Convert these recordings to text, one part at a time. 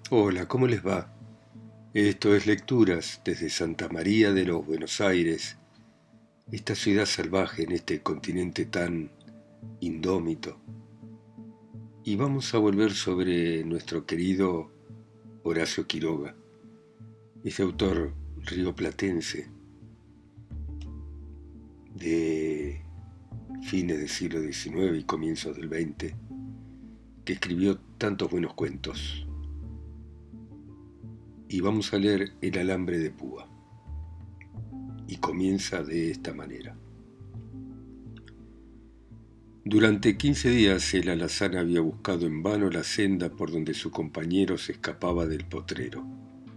Hola, ¿cómo les va? Esto es Lecturas desde Santa María de los Buenos Aires, esta ciudad salvaje en este continente tan indómito. Y vamos a volver sobre nuestro querido Horacio Quiroga, ese autor rioplatense de fines del siglo XIX y comienzos del XX, que escribió tantos buenos cuentos. Y vamos a leer El alambre de púa. Y comienza de esta manera. Durante 15 días el alazán había buscado en vano la senda por donde su compañero se escapaba del potrero.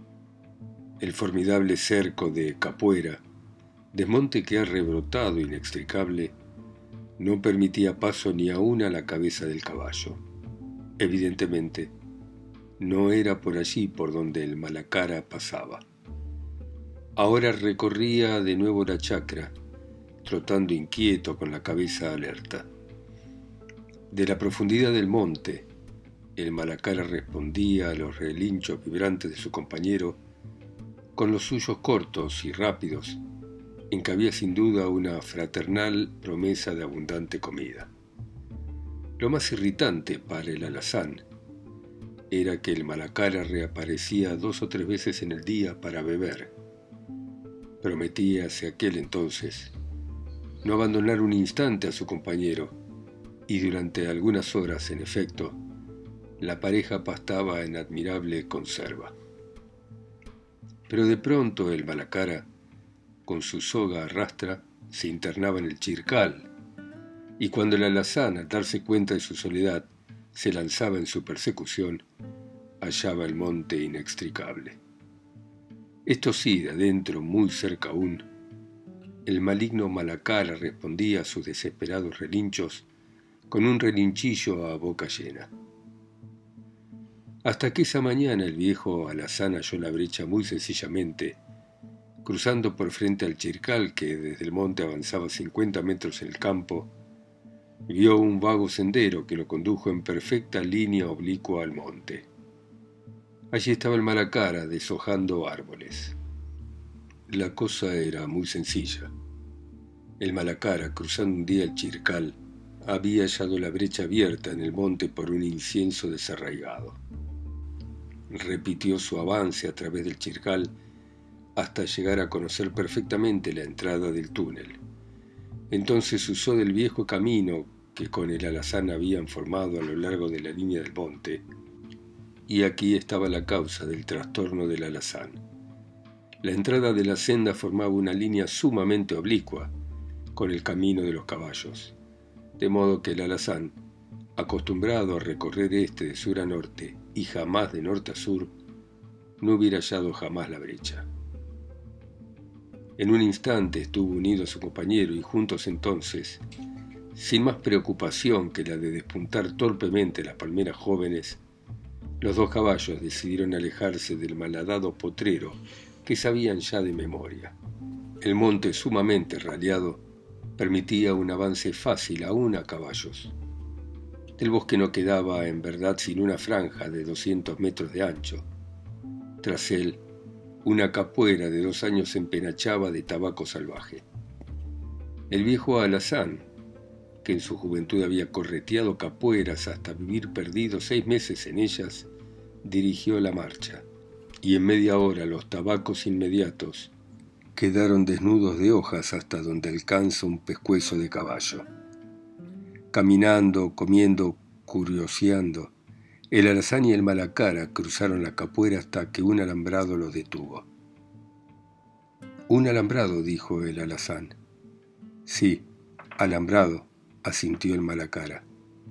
El formidable cerco de Capuera, desmonte que ha rebrotado inextricable, no permitía paso ni aún a la cabeza del caballo. Evidentemente, no era por allí por donde el Malacara pasaba. Ahora recorría de nuevo la chacra, trotando inquieto con la cabeza alerta. De la profundidad del monte, el Malacara respondía a los relinchos vibrantes de su compañero con los suyos cortos y rápidos, en que había sin duda una fraternal promesa de abundante comida. Lo más irritante para el alazán era que el Malacara reaparecía 2 o 3 veces en el día para beber. Prometía hacia aquel entonces no abandonar un instante a su compañero, y durante algunas horas, en efecto, la pareja pastaba en admirable conserva. Pero de pronto el Malacara, con su soga a rastra, se internaba en el chircal, y cuando el alazán, al darse cuenta de su soledad, se lanzaba en su persecución, hallaba el monte inextricable. Esto sí, de adentro, muy cerca aún, el maligno Malacara respondía a sus desesperados relinchos con un relinchillo a boca llena. Hasta que esa mañana el viejo alazán halló la brecha muy sencillamente, cruzando por frente al chircal que desde el monte avanzaba 50 metros en el campo, vio un vago sendero que lo condujo en perfecta línea oblicua al monte. Allí estaba el Malacara deshojando árboles. La cosa era muy sencilla. El Malacara, cruzando un día el chircal, había hallado la brecha abierta en el monte por un incienso desarraigado. Repitió su avance a través del chircal hasta llegar a conocer perfectamente la entrada del túnel. Entonces usó del viejo camino que con el alazán habían formado a lo largo de la línea del monte, y aquí estaba la causa del trastorno del alazán. La entrada de la senda formaba una línea sumamente oblicua con el camino de los caballos, de modo que el alazán, acostumbrado a recorrer este de sur a norte y jamás de norte a sur, no hubiera hallado jamás la brecha. En un instante estuvo unido a su compañero y juntos entonces, sin más preocupación que la de despuntar torpemente las palmeras jóvenes, los 2 caballos decidieron alejarse del malhadado potrero que sabían ya de memoria. El monte sumamente raleado permitía un avance fácil aún a caballos. Del bosque no quedaba en verdad sin una franja de 200 metros de ancho. Tras él, una capuera de 2 años se empenachaba de tabaco salvaje. El viejo alazán, que en su juventud había correteado capueras hasta vivir perdido 6 meses en ellas, dirigió la marcha, y en media hora los tabacos inmediatos quedaron desnudos de hojas hasta donde alcanza un pescuezo de caballo. Caminando, comiendo, curioseando, el alazán y el Malacara cruzaron la capuera hasta que un alambrado los detuvo. «Un alambrado», dijo el alazán. «Sí, alambrado», asintió el Malacara.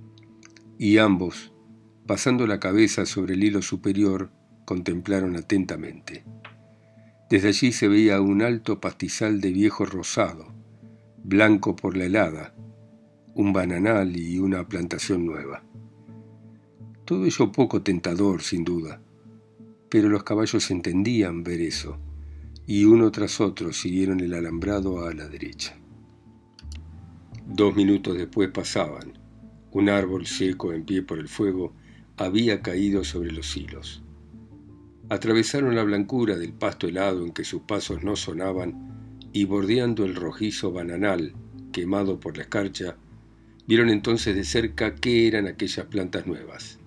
Y ambos, pasando la cabeza sobre el hilo superior, contemplaron atentamente. Desde allí se veía un alto pastizal de viejo rosado, blanco por la helada, un bananal y una plantación nueva. Todo ello poco tentador, sin duda, pero los caballos entendían ver eso, y uno tras otro siguieron el alambrado a la derecha. 2 minutos después pasaban. Un árbol seco en pie por el fuego había caído sobre los hilos. Atravesaron la blancura del pasto helado en que sus pasos no sonaban y bordeando el rojizo bananal quemado por la escarcha, vieron entonces de cerca qué eran aquellas plantas nuevas.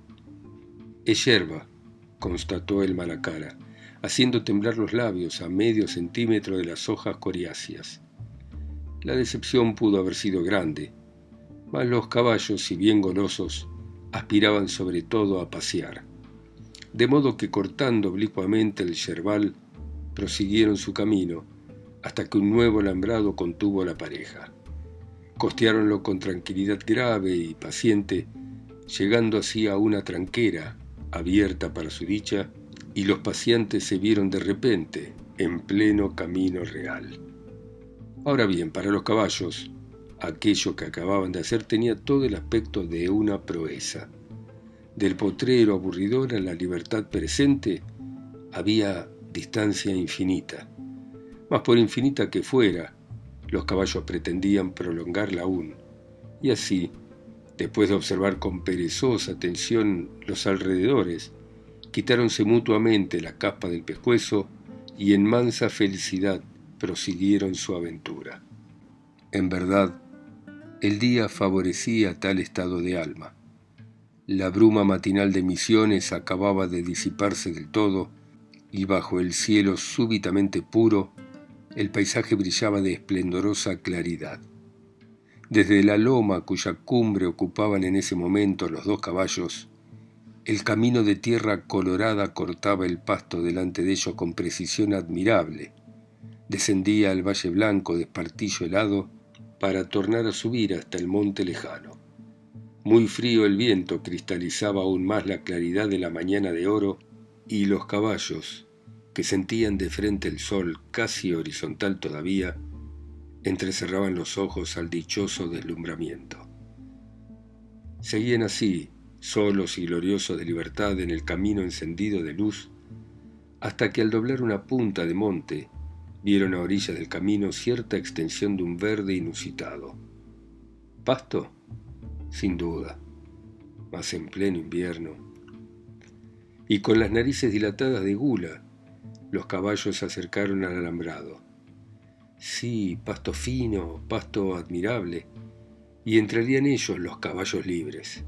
«Es yerba», constató el Malacara, haciendo temblar los labios a medio centímetro de las hojas coriáceas. La decepción pudo haber sido grande, mas los caballos, si bien golosos, aspiraban sobre todo a pasear, de modo que cortando oblicuamente el yerbal, prosiguieron su camino hasta que un nuevo alambrado contuvo a la pareja. Costeáronlo con tranquilidad grave y paciente, llegando así a una tranquera abierta para su dicha, y los paseantes se vieron de repente en pleno camino real. Ahora bien, para los caballos, aquello que acababan de hacer tenía todo el aspecto de una proeza. Del potrero aburridor a la libertad presente había distancia infinita, mas por infinita que fuera, los caballos pretendían prolongarla aún, y así, después de observar con perezosa atención los alrededores, quitáronse mutuamente la capa del pescuezo y en mansa felicidad prosiguieron su aventura. En verdad, el día favorecía tal estado de alma. La bruma matinal de Misiones acababa de disiparse del todo y bajo el cielo súbitamente puro, el paisaje brillaba de esplendorosa claridad. Desde la loma cuya cumbre ocupaban en ese momento los dos caballos, el camino de tierra colorada cortaba el pasto delante de ellos con precisión admirable. Descendía al valle blanco de espartillo helado para tornar a subir hasta el monte lejano. Muy frío el viento cristalizaba aún más la claridad de la mañana de oro y los caballos, que sentían de frente el sol casi horizontal todavía, entrecerraban los ojos al dichoso deslumbramiento. Seguían así, solos y gloriosos de libertad en el camino encendido de luz, hasta que al doblar una punta de monte, vieron a orillas del camino cierta extensión de un verde inusitado. ¿Pasto? Sin duda, mas en pleno invierno. Y con las narices dilatadas de gula, los caballos se acercaron al alambrado. Sí, pasto fino, pasto admirable, y entrarían ellos los caballos libres.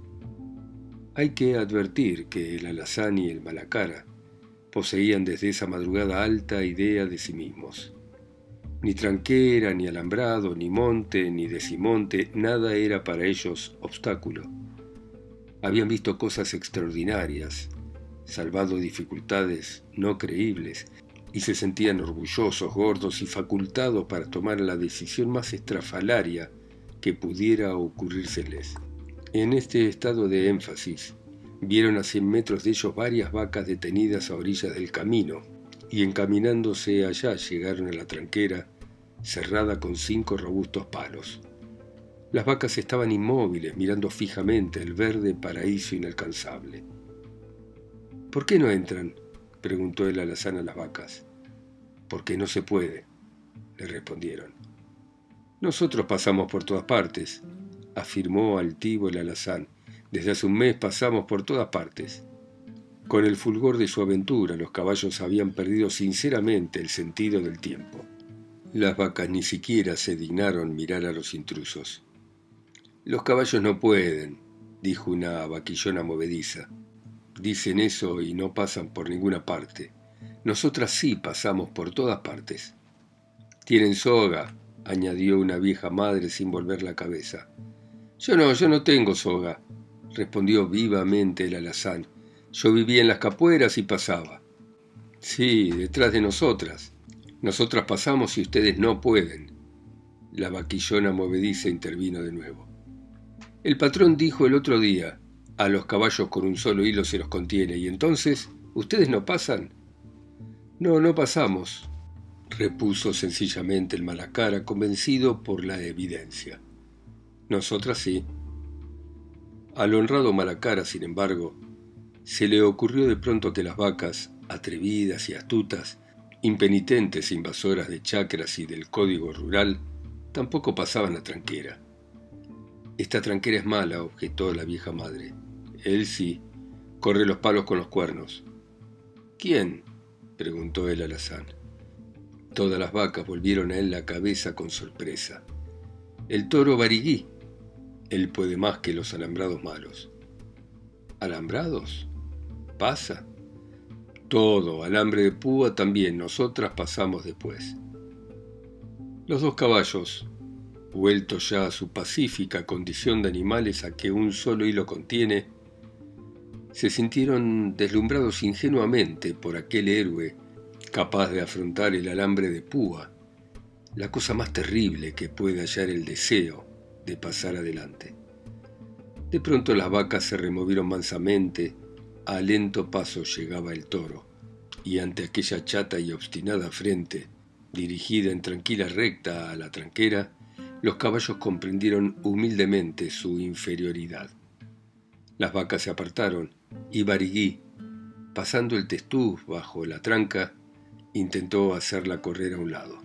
Hay que advertir que el alazán y el Malacara poseían desde esa madrugada alta idea de sí mismos. Ni tranquera, ni alambrado, ni monte, ni decimonte, nada era para ellos obstáculo. Habían visto cosas extraordinarias, salvado dificultades no creíbles, y se sentían orgullosos, gordos y facultados para tomar la decisión más estrafalaria que pudiera ocurrírseles. En este estado de énfasis, vieron a 100 metros de ellos varias vacas detenidas a orillas del camino, y encaminándose allá llegaron a la tranquera, cerrada con 5 robustos palos. Las vacas estaban inmóviles, mirando fijamente el verde paraíso inalcanzable. «¿Por qué no entran?», preguntó el alazán a las vacas. «Porque no se puede», le respondieron. «Nosotros pasamos por todas partes», afirmó altivo el alazán. «Desde hace un mes pasamos por todas partes». Con el fulgor de su aventura, los caballos habían perdido sinceramente el sentido del tiempo. Las vacas ni siquiera se dignaron mirar a los intrusos. «Los caballos no pueden», dijo una vaquillona movediza. «Dicen eso y no pasan por ninguna parte. Nosotras sí pasamos por todas partes». «Tienen soga», añadió una vieja madre sin volver la cabeza. Yo no tengo soga», respondió vivamente el alazán. «Yo vivía en las capueras y pasaba». «Sí, detrás de nosotras. Nosotras pasamos y ustedes no pueden». La vaquillona movediza intervino de nuevo. «El patrón dijo el otro día, a los caballos con un solo hilo se los contiene, y entonces, ¿ustedes no pasan?» No pasamos», repuso sencillamente el Malacara, convencido por la evidencia. «Nosotras sí». Al honrado Malacara, sin embargo, se le ocurrió de pronto que las vacas, atrevidas y astutas, impenitentes invasoras de chacras y del código rural, tampoco pasaban la tranquera. «Esta tranquera es mala», objetó la vieja madre. «Él sí, corre los palos con los cuernos». —¿Quién? —preguntó el alazán. Todas las vacas volvieron a él la cabeza con sorpresa. —El toro Barigüí. Él puede más que los alambrados malos. —¿Alambrados? ¿Pasa? —Todo, alambre de púa también, nosotras pasamos después. Los dos caballos, vueltos ya a su pacífica condición de animales a que un solo hilo contiene, se sintieron deslumbrados ingenuamente por aquel héroe capaz de afrontar el alambre de púa, la cosa más terrible que puede hallar el deseo de pasar adelante. De pronto las vacas se removieron mansamente, a lento paso llegaba el toro, y ante aquella chata y obstinada frente, dirigida en tranquila recta a la tranquera, los caballos comprendieron humildemente su inferioridad. Las vacas se apartaron y Barigüí, pasando el testuz bajo la tranca, intentó hacerla correr a un lado.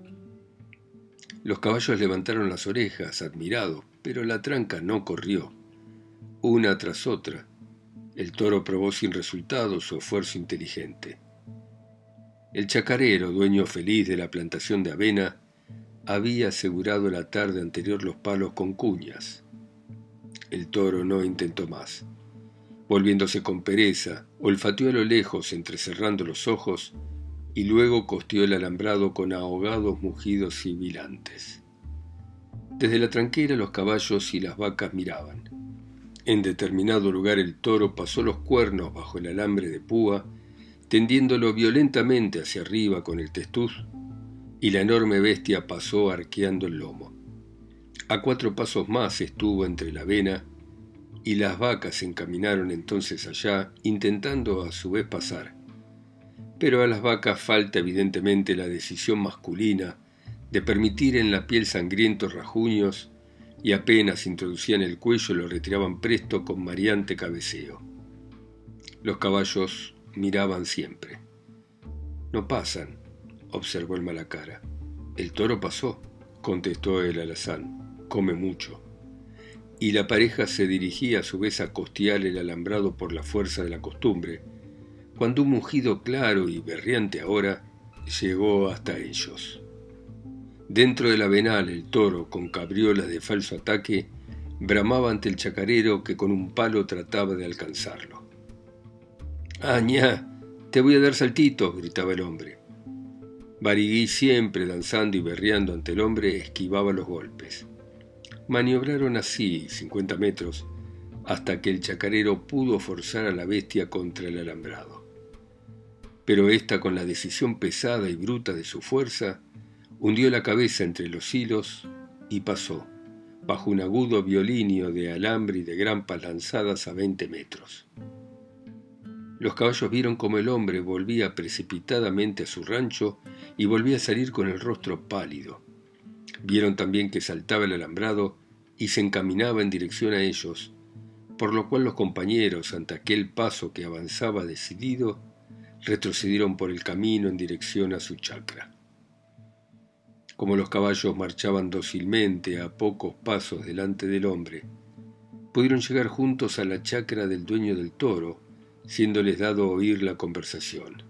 Los caballos levantaron las orejas, admirados, pero la tranca no corrió. Una tras otra, el toro probó sin resultado su esfuerzo inteligente. El chacarero, dueño feliz de la plantación de avena, había asegurado la tarde anterior los palos con cuñas. El toro no intentó más. Volviéndose con pereza, olfateó a lo lejos entrecerrando los ojos y luego costeó el alambrado con ahogados mugidos sibilantes. Desde la tranquera los caballos y las vacas miraban. En determinado lugar el toro pasó los cuernos bajo el alambre de púa, tendiéndolo violentamente hacia arriba con el testuz, y la enorme bestia pasó arqueando el lomo. A 4 pasos más estuvo entre la avena, y las vacas se encaminaron entonces allá, intentando a su vez pasar. Pero a las vacas falta evidentemente la decisión masculina de permitir en la piel sangrientos rajuños, y apenas introducían el cuello lo retiraban presto con mareante cabeceo. Los caballos miraban siempre. —No pasan —observó el Malacara. —El toro pasó —contestó el alazán—, come mucho. Y la pareja se dirigía a su vez a costear el alambrado por la fuerza de la costumbre, cuando un mugido claro y berreante ahora llegó hasta ellos. Dentro del avenal el toro, con cabriolas de falso ataque, bramaba ante el chacarero que con un palo trataba de alcanzarlo. —¡Añá! ¡Te voy a dar saltitos! —gritaba el hombre. Barigüí, siempre danzando y berreando ante el hombre, esquivaba los golpes. Maniobraron así 50 metros hasta que el chacarero pudo forzar a la bestia contra el alambrado. Pero ésta, con la decisión pesada y bruta de su fuerza, hundió la cabeza entre los hilos y pasó, bajo un agudo violinio de alambre y de grampas lanzadas a 20 metros. Los caballos vieron cómo el hombre volvía precipitadamente a su rancho y volvía a salir con el rostro pálido. Vieron también que saltaba el alambrado y se encaminaba en dirección a ellos, por lo cual los compañeros, ante aquel paso que avanzaba decidido, retrocedieron por el camino en dirección a su chacra. Como los caballos marchaban dócilmente a pocos pasos delante del hombre, pudieron llegar juntos a la chacra del dueño del toro, siéndoles dado oír la conversación.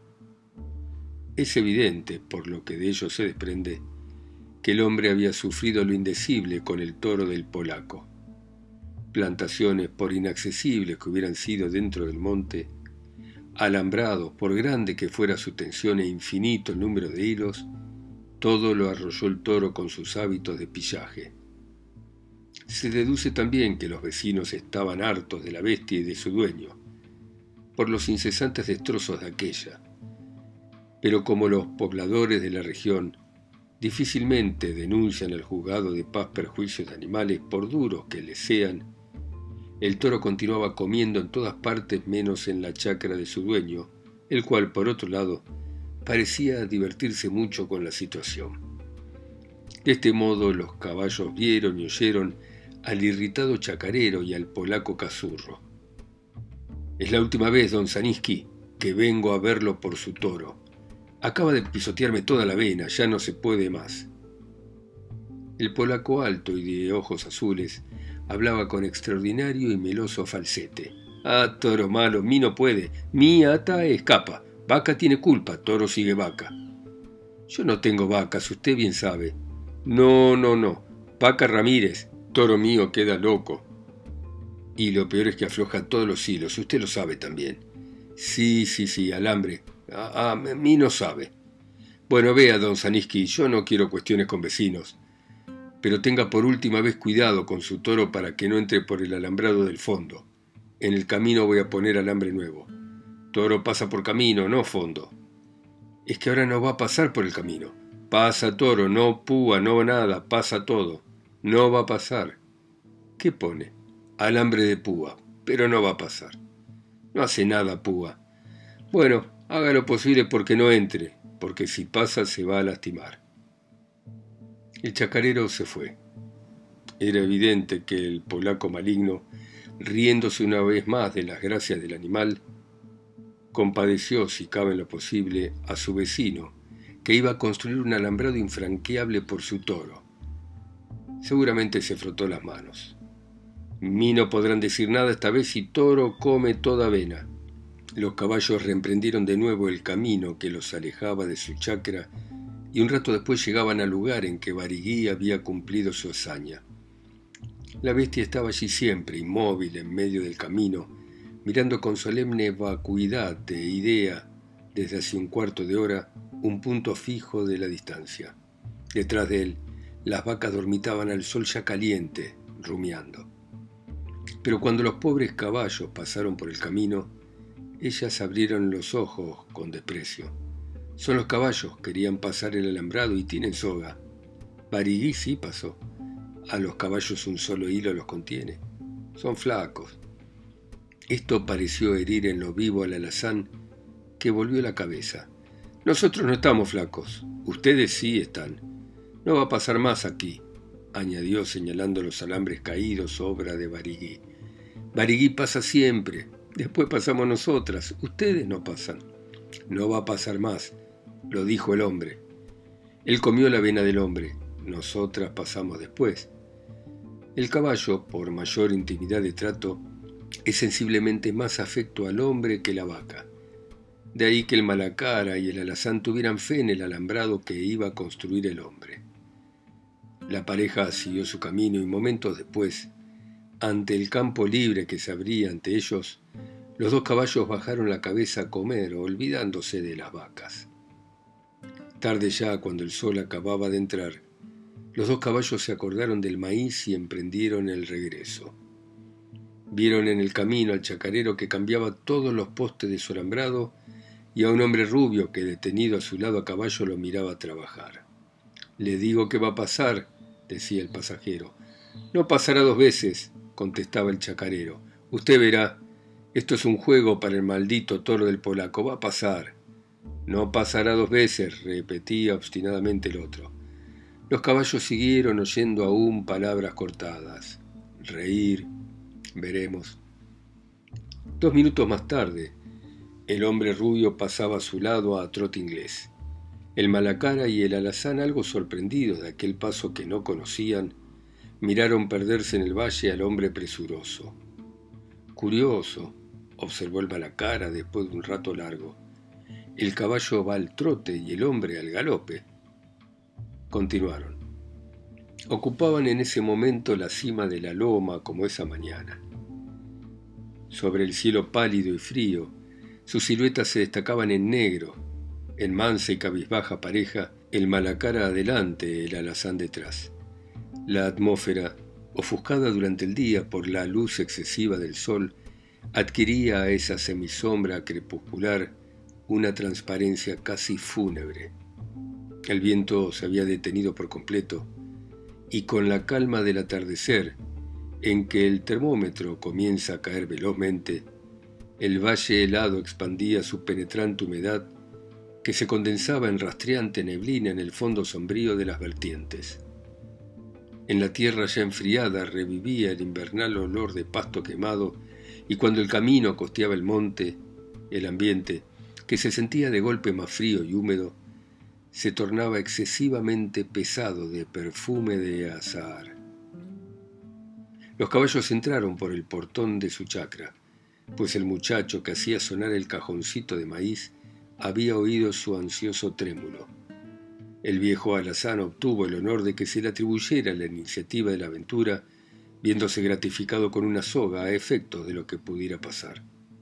Es evidente, por lo que de ello se desprende, que el hombre había sufrido lo indecible con el toro del polaco. Plantaciones, por inaccesibles que hubieran sido dentro del monte, alambrados, por grande que fuera su tensión e infinito el número de hilos, todo lo arrolló el toro con sus hábitos de pillaje. Se deduce también que los vecinos estaban hartos de la bestia y de su dueño, por los incesantes destrozos de aquella. Pero como los pobladores de la región difícilmente denuncian al juzgado de paz perjuicios de animales por duros que les sean, el toro continuaba comiendo en todas partes menos en la chacra de su dueño, el cual, por otro lado, parecía divertirse mucho con la situación. De este modo los caballos vieron y oyeron al irritado chacarero y al polaco cazurro. —Es la última vez, don Zaniski, que vengo a verlo por su toro. Acaba de pisotearme toda la avena, ya no se puede más. El polaco, alto y de ojos azules, hablaba con extraordinario y meloso falsete. —Ah, toro malo, mi no puede, mi ata escapa. Vaca tiene culpa, toro sigue vaca. Yo no tengo vacas, usted bien sabe. No, no, no. Vaca Ramírez, toro mío queda loco. Y lo peor es que afloja todos los hilos, usted lo sabe también. Sí, alambre. A mí no sabe. Bueno, vea, don Zaniski, yo no quiero cuestiones con vecinos, pero tenga por última vez cuidado con su toro para que no entre por el alambrado del fondo. En el camino voy a poner alambre nuevo. Toro pasa por camino, no fondo. Es que ahora no va a pasar por el camino. Pasa toro, no púa, no nada, pasa todo. No va a pasar. ¿Qué pone? Alambre de púa, pero no va a pasar. No hace nada púa. Bueno, haga lo posible porque no entre, porque si pasa se va a lastimar. El chacarero se fue. Era evidente que el polaco maligno, riéndose una vez más de las gracias del animal, compadeció, si cabe en lo posible, a su vecino, que iba a construir un alambrado infranqueable por su toro. Seguramente se frotó las manos. Mí no podrán decir nada esta vez si toro come toda avena. Los caballos reemprendieron de nuevo el camino que los alejaba de su chacra y un rato después llegaban al lugar en que Barigüí había cumplido su hazaña. La bestia estaba allí siempre, inmóvil en medio del camino, mirando con solemne vacuidad de idea desde hace un cuarto de hora un punto fijo de la distancia. Detrás de él, las vacas dormitaban al sol ya caliente, rumiando. Pero cuando los pobres caballos pasaron por el camino, ellas abrieron los ojos con desprecio. Son los caballos, querían pasar el alambrado y tienen soga. Barigüí sí pasó. A los caballos un solo hilo los contiene. Son flacos. Esto pareció herir en lo vivo al alazán, que volvió la cabeza. Nosotros no estamos flacos, ustedes sí están. No va a pasar más aquí, añadió señalando los alambres caídos, obra de Barigüí. Barigüí pasa siempre, después pasamos nosotras, ustedes no pasan. No va a pasar más, lo dijo el hombre. Él comió la vena del hombre, nosotras pasamos después. El caballo, por mayor intimidad de trato, es sensiblemente más afecto al hombre que la vaca. De ahí que el malacara y el alazán tuvieran fe en el alambrado que iba a construir el hombre. La pareja siguió su camino y momentos después, ante el campo libre que se abría ante ellos, los dos caballos bajaron la cabeza a comer, olvidándose de las vacas. Tarde ya, cuando el sol acababa de entrar, los dos caballos se acordaron del maíz y emprendieron el regreso. Vieron en el camino al chacarero que cambiaba todos los postes de su alambrado y a un hombre rubio que, detenido a su lado a caballo, lo miraba trabajar. «Le digo que va a pasar», decía el pasajero. «No pasará dos veces», contestaba el chacarero. «Usted verá, esto es un juego para el maldito toro del polaco, va a pasar». «No pasará dos veces», repetía obstinadamente el otro. Los caballos siguieron oyendo aún palabras cortadas. Reír, veremos. 2 minutos más tarde, el hombre rubio pasaba a su lado a trote inglés. El malacara y el alazán, algo sorprendidos de aquel paso que no conocían, miraron perderse en el valle al hombre presuroso. «Curioso», observó el malacara después de un rato largo. «El caballo va al trote y el hombre al galope». Continuaron. Ocupaban en ese momento la cima de la loma como esa mañana. Sobre el cielo pálido y frío, sus siluetas se destacaban en negro, en mansa y cabizbaja pareja, el malacara adelante, el alazán detrás. La atmósfera, ofuscada durante el día por la luz excesiva del sol, adquiría a esa semisombra crepuscular una transparencia casi fúnebre. El viento se había detenido por completo, y con la calma del atardecer, en que el termómetro comienza a caer velozmente, el valle helado expandía su penetrante humedad que se condensaba en rastreante neblina en el fondo sombrío de las vertientes. En la tierra ya enfriada revivía el invernal olor de pasto quemado, y cuando el camino costeaba el monte, el ambiente, que se sentía de golpe más frío y húmedo, se tornaba excesivamente pesado de perfume de azahar. Los caballos entraron por el portón de su chacra, pues el muchacho que hacía sonar el cajoncito de maíz había oído su ansioso trémulo. El viejo alazán obtuvo el honor de que se le atribuyera la iniciativa de la aventura, viéndose gratificado con una soga a efectos de lo que pudiera pasar.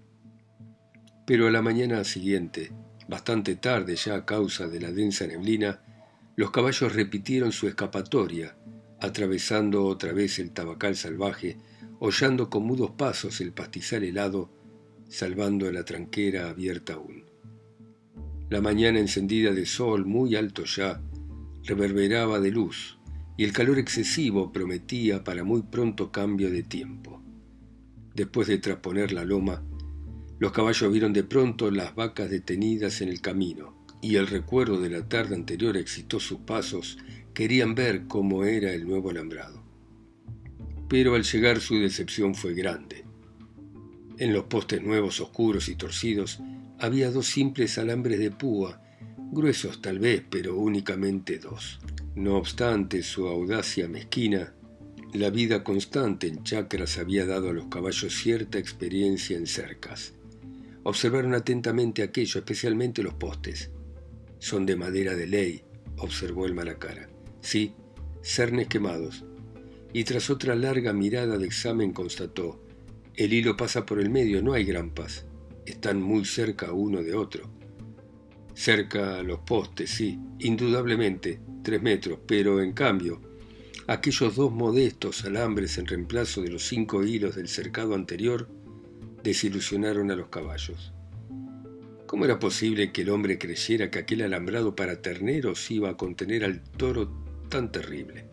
Pero a la mañana siguiente, bastante tarde ya a causa de la densa neblina, los caballos repitieron su escapatoria, atravesando otra vez el tabacal salvaje, hollando con mudos pasos el pastizal helado, salvando la tranquera abierta aún. La mañana encendida de sol muy alto ya, reverberaba de luz, y el calor excesivo prometía para muy pronto cambio de tiempo. Después de trasponer la loma, los caballos vieron de pronto las vacas detenidas en el camino, y el recuerdo de la tarde anterior excitó sus pasos. Querían ver cómo era el nuevo alambrado. Pero al llegar su decepción fue grande. En los postes nuevos, oscuros y torcidos, había 2 simples alambres de púa, gruesos tal vez, pero únicamente 2. No obstante su audacia mezquina, la vida constante en chacras había dado a los caballos cierta experiencia en cercas. Observaron atentamente aquello, especialmente los postes. «Son de madera de ley», observó el Malacara. «Sí, cernes quemados». Y tras otra larga mirada de examen constató: «El hilo pasa por el medio, no hay grampas. Están muy cerca uno de otro». Cerca a los postes, sí, indudablemente, 3 metros, pero en cambio, aquellos 2 modestos alambres en reemplazo de los 5 hilos del cercado anterior desilusionaron a los caballos. ¿Cómo era posible que el hombre creyera que aquel alambrado para terneros iba a contener al toro tan terrible?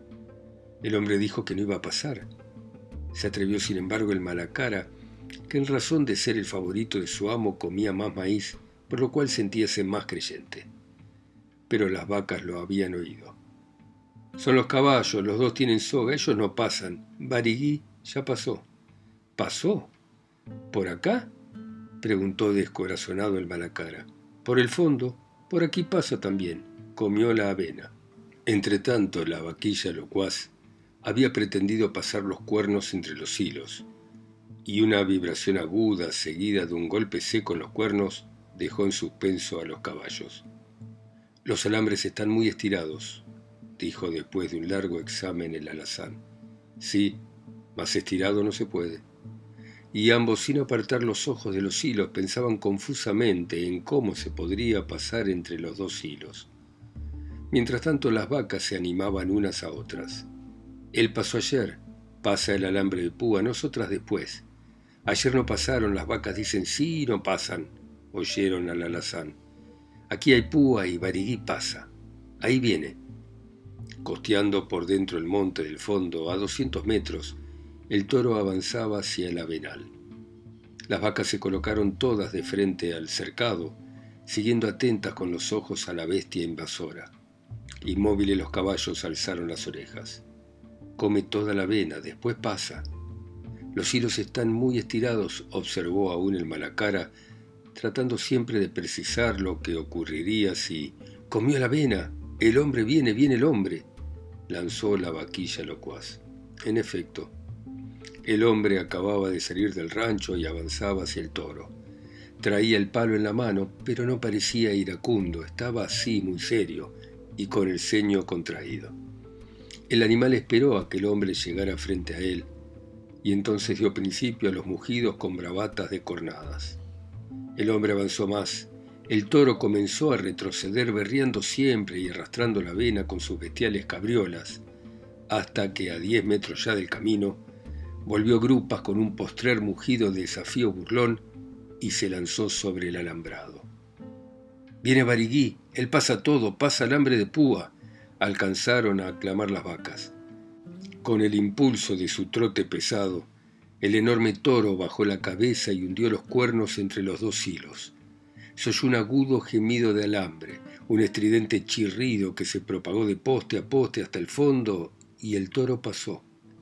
El hombre dijo que no iba a pasar. Se atrevió sin embargo el Malacara, que en razón de ser el favorito de su amo comía más maíz, por lo cual sentíase más creyente. Pero las vacas lo habían oído. «Son los caballos, los 2 tienen soga, ellos no pasan. Barigüí ya pasó». «¿Pasó? ¿Por acá?», preguntó descorazonado el Malacara. «Por el fondo, por aquí pasa también», comió la avena. Entretanto, la vaquilla locuaz había pretendido pasar los cuernos entre los hilos, y una vibración aguda, seguida de un golpe seco en los cuernos, dejó en suspenso a los caballos. «Los alambres están muy estirados», dijo después de un largo examen el alazán. «Sí, más estirado no se puede». Y ambos, sin apartar los ojos de los hilos, pensaban confusamente en cómo se podría pasar entre los 2 hilos. Mientras tanto, las vacas se animaban unas a otras. «Él pasó ayer, pasa el alambre de púa, nosotras después. Ayer no pasaron, las vacas dicen sí, no pasan», oyeron al alazán. «Aquí hay púa y Barigüí pasa. Ahí viene». Costeando por dentro el monte del fondo, a 200 metros, el toro avanzaba hacia el avenal. Las vacas se colocaron todas de frente al cercado, siguiendo atentas con los ojos a la bestia invasora. Inmóviles los caballos alzaron las orejas. «Come toda la avena, después pasa». «Los hilos están muy estirados», observó aún el Malacara, tratando siempre de precisar lo que ocurriría si «comió la avena, el hombre viene, viene el hombre», lanzó la vaquilla locuaz. En efecto, el hombre acababa de salir del rancho y avanzaba hacia el toro. Traía el palo en la mano, pero no parecía iracundo, estaba así muy serio y con el ceño contraído. El animal esperó a que el hombre llegara frente a él, y entonces dio principio a los mugidos con bravatas de cornadas. El hombre avanzó más. El toro comenzó a retroceder berreando siempre y arrastrando la avena con sus bestiales cabriolas, hasta que a 10 metros ya del camino volvió grupas con un postrer mugido de desafío burlón y se lanzó sobre el alambrado. «Viene Barigüí, él pasa todo, pasa alambre de púa», alcanzaron a aclamar las vacas. Con el impulso de su trote pesado, el enorme toro bajó la cabeza y hundió los cuernos entre los 2 hilos. Se oyó un agudo gemido de alambre, un estridente chirrido que se propagó de poste a poste hasta el fondo, y el toro pasó.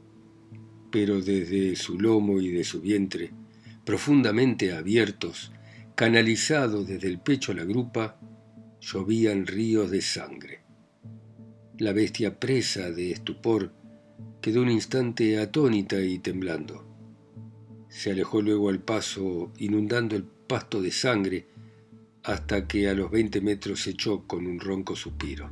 Pero desde su lomo y de su vientre, profundamente abiertos, canalizados desde el pecho a la grupa, llovían ríos de sangre. La bestia, presa de estupor, quedó un instante atónita y temblando. Se alejó luego al paso, inundando el pasto de sangre, hasta que a los 20 metros se echó con un ronco suspiro.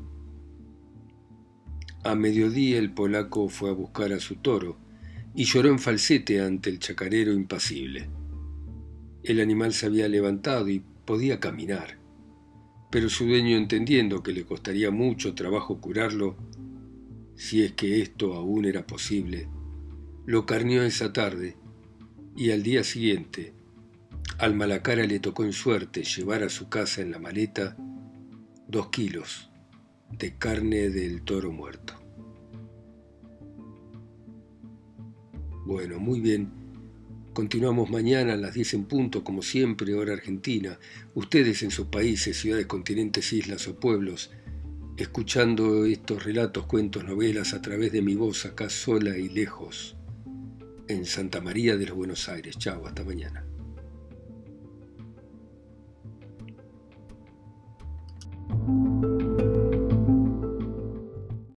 A mediodía el polaco fue a buscar a su toro y lloró en falsete ante el chacarero impasible. El animal se había levantado y podía caminar, pero su dueño, entendiendo que le costaría mucho trabajo curarlo, si es que esto aún era posible, lo carneó esa tarde y al día siguiente, al Malacara le tocó en suerte llevar a su casa en la maleta 2 kilos de carne del toro muerto. Bueno, muy bien. Continuamos mañana a las 10 en punto, como siempre, hora argentina. Ustedes en sus países, ciudades, continentes, islas o pueblos, escuchando estos relatos, cuentos, novelas a través de mi voz acá sola y lejos, en Santa María de los Buenos Aires. Chao, hasta mañana.